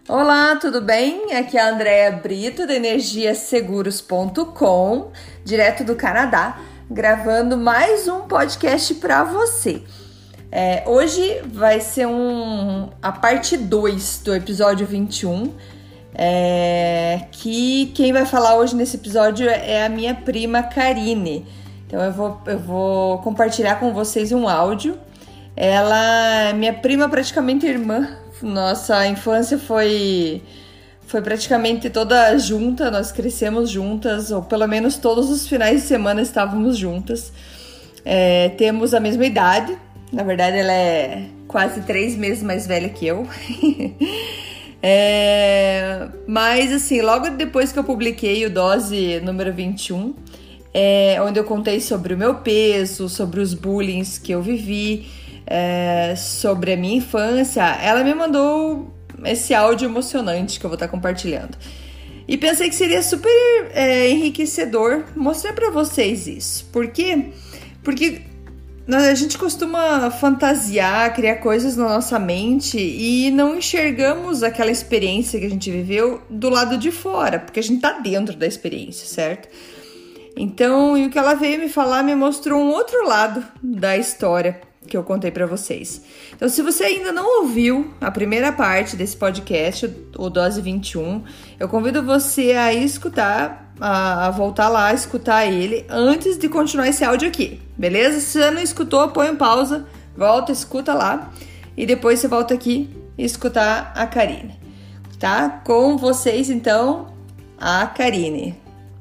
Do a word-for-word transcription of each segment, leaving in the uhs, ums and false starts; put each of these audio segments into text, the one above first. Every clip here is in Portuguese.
Olá, tudo bem? Aqui é a Andrea Brito, da energia seguros ponto com, direto do Canadá, gravando mais um podcast para você. É, hoje vai ser um, a parte dois do episódio vinte e um, é, que quem vai falar hoje nesse episódio é a minha prima Karine. Então eu vou, eu vou compartilhar com vocês um áudio. Ela é minha prima, praticamente irmã. Nossa infância foi, foi praticamente toda junta, nós crescemos juntas, ou pelo menos todos os finais de semana estávamos juntas. É, temos a mesma idade, na verdade ela é quase três meses mais velha que eu. é, mas assim, logo depois que eu publiquei o Dose número vinte e um, é, onde eu contei sobre o meu peso, sobre os bullying que eu vivi, É, sobre a minha infância, ela me mandou esse áudio emocionante que eu vou estar compartilhando. E pensei que seria super é, enriquecedor mostrar para vocês isso. Por quê? Porque a gente costuma fantasiar, criar coisas na nossa mente e não enxergamos aquela experiência que a gente viveu do lado de fora, porque a gente tá dentro da experiência, certo? Então, e o que ela veio me falar me mostrou um outro lado da história que eu contei para vocês. Então, se você ainda não ouviu a primeira parte desse podcast, o Dose vinte e um, eu convido você a escutar, a, a voltar lá, a escutar ele antes de continuar esse áudio aqui, beleza? Se você não escutou, põe um pausa, volta, escuta lá e depois você volta aqui e escutar a Karine, tá? Com vocês, então, a Karine.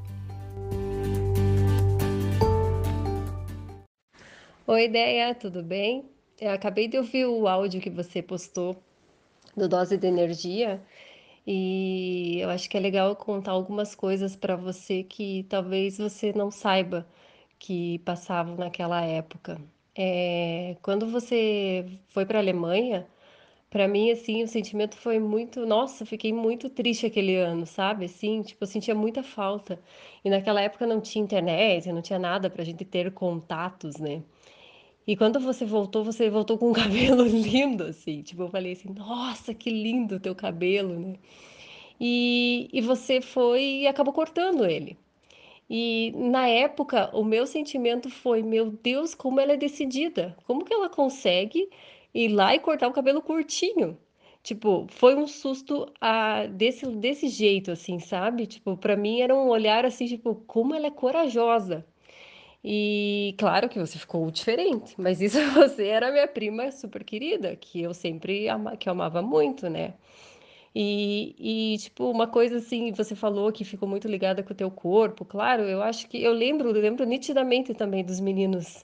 Oi, ideia, tudo bem? Eu acabei de ouvir o áudio que você postou do Dose de Energia e eu acho que é legal contar algumas coisas para você que talvez você não saiba que passavam naquela época. É, quando você foi para a Alemanha, para mim, assim, o sentimento foi muito, nossa, eu fiquei muito triste aquele ano, sabe? Assim, tipo, eu sentia muita falta. E naquela época não tinha internet, não tinha nada para a gente ter contatos, né? E quando você voltou, você voltou com um cabelo lindo, assim. Tipo, eu falei assim, nossa, que lindo o teu cabelo, né? E, e você foi e acabou cortando ele. E na época, o meu sentimento foi, meu Deus, como ela é decidida. Como que ela consegue ir lá e cortar o cabelo curtinho? Tipo, foi um susto ah, desse, desse jeito, assim, sabe? Tipo, pra mim era um olhar assim, tipo, como ela é corajosa. E claro que você ficou diferente, mas isso você era minha prima super querida, que eu sempre ama, que eu amava muito, né? E, e, tipo, uma coisa assim, você falou que ficou muito ligada com o teu corpo, claro, eu acho que eu lembro, eu lembro nitidamente também dos meninos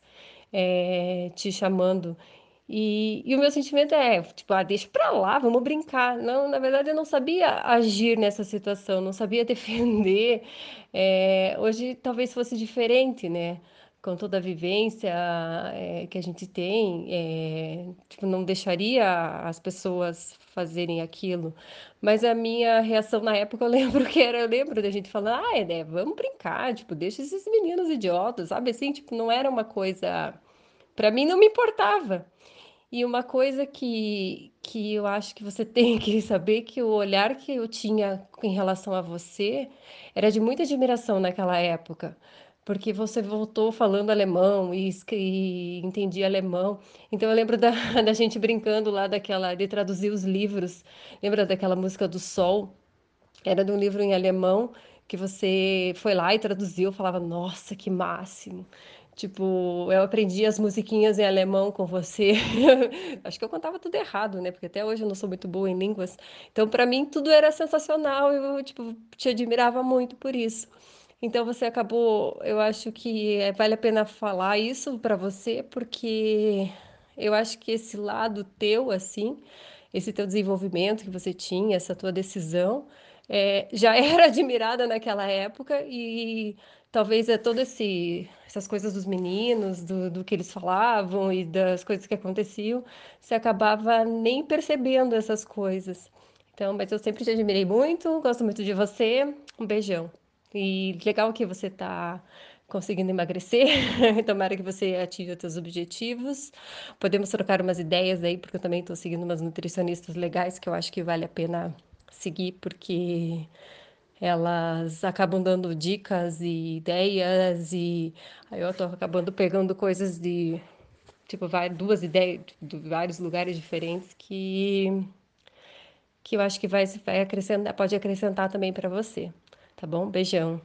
eh, te chamando. E, e o meu sentimento é, tipo, ah, deixa pra lá, vamos brincar. Não, na verdade, eu não sabia agir nessa situação, não sabia defender. É, hoje talvez fosse diferente, né? Com toda a vivência, é, que a gente tem, é, tipo, não deixaria as pessoas fazerem aquilo. Mas a minha reação na época, eu lembro que era, eu lembro da gente falando, ah, é, né, vamos brincar, tipo, deixa esses meninos idiotas, sabe? Assim, tipo, não era uma coisa. Pra mim não me importava. E uma coisa que, que eu acho que você tem que saber que o olhar que eu tinha em relação a você era de muita admiração naquela época, porque você voltou falando alemão e, escre- e entendia alemão. Então eu lembro da, da gente brincando lá daquela de traduzir os livros. Lembra daquela música do Sol? Era de um livro em alemão que você foi lá e traduziu. Eu falava, nossa, que máximo. Tipo, eu aprendi as musiquinhas em alemão com você. Acho que eu contava tudo errado, né? Porque até hoje eu não sou muito boa em línguas. Então, para mim, tudo era sensacional. Eu, tipo, te admirava muito por isso. Então, você acabou. Eu acho que eh, vale a pena falar isso para você, porque eu acho que esse lado teu, assim, esse teu desenvolvimento que você tinha, essa tua decisão, eh, já era admirada naquela época e talvez é todo esse essas coisas dos meninos, do, do que eles falavam e das coisas que aconteciam, você acabava nem percebendo essas coisas. Então, mas eu sempre te admirei muito, gosto muito de você. Um beijão. E legal que você está conseguindo emagrecer. Tomara que você ative os seus objetivos. Podemos trocar umas ideias aí, porque eu também estou seguindo umas nutricionistas legais que eu acho que vale a pena seguir, porque elas acabam dando dicas e ideias, e aí eu tô acabando pegando coisas de, tipo, vai- duas ideias de vários lugares diferentes que, que eu acho que vai, vai acrescentar, pode acrescentar também para você, tá bom? Beijão.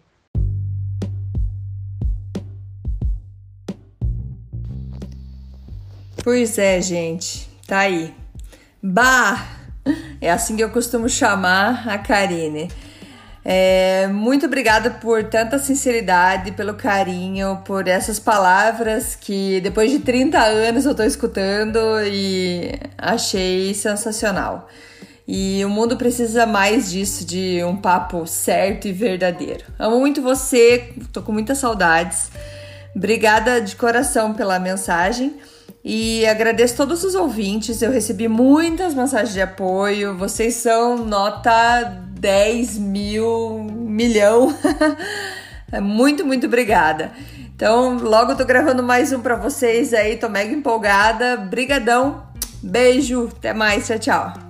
Pois é, gente. Tá aí. Bah! É assim que eu costumo chamar a Karine. É, muito obrigada por tanta sinceridade, pelo carinho, por essas palavras que depois de trinta anos eu tô escutando e achei sensacional. E o mundo precisa mais disso, de um papo certo e verdadeiro. Amo muito você, tô com muitas saudades. Obrigada de coração pela mensagem. E agradeço todos os ouvintes, eu recebi muitas mensagens de apoio, vocês são nota dez mil, milhão, muito, muito obrigada. Então, logo eu tô gravando mais um pra vocês aí, tô mega empolgada, brigadão, beijo, até mais, tchau, tchau.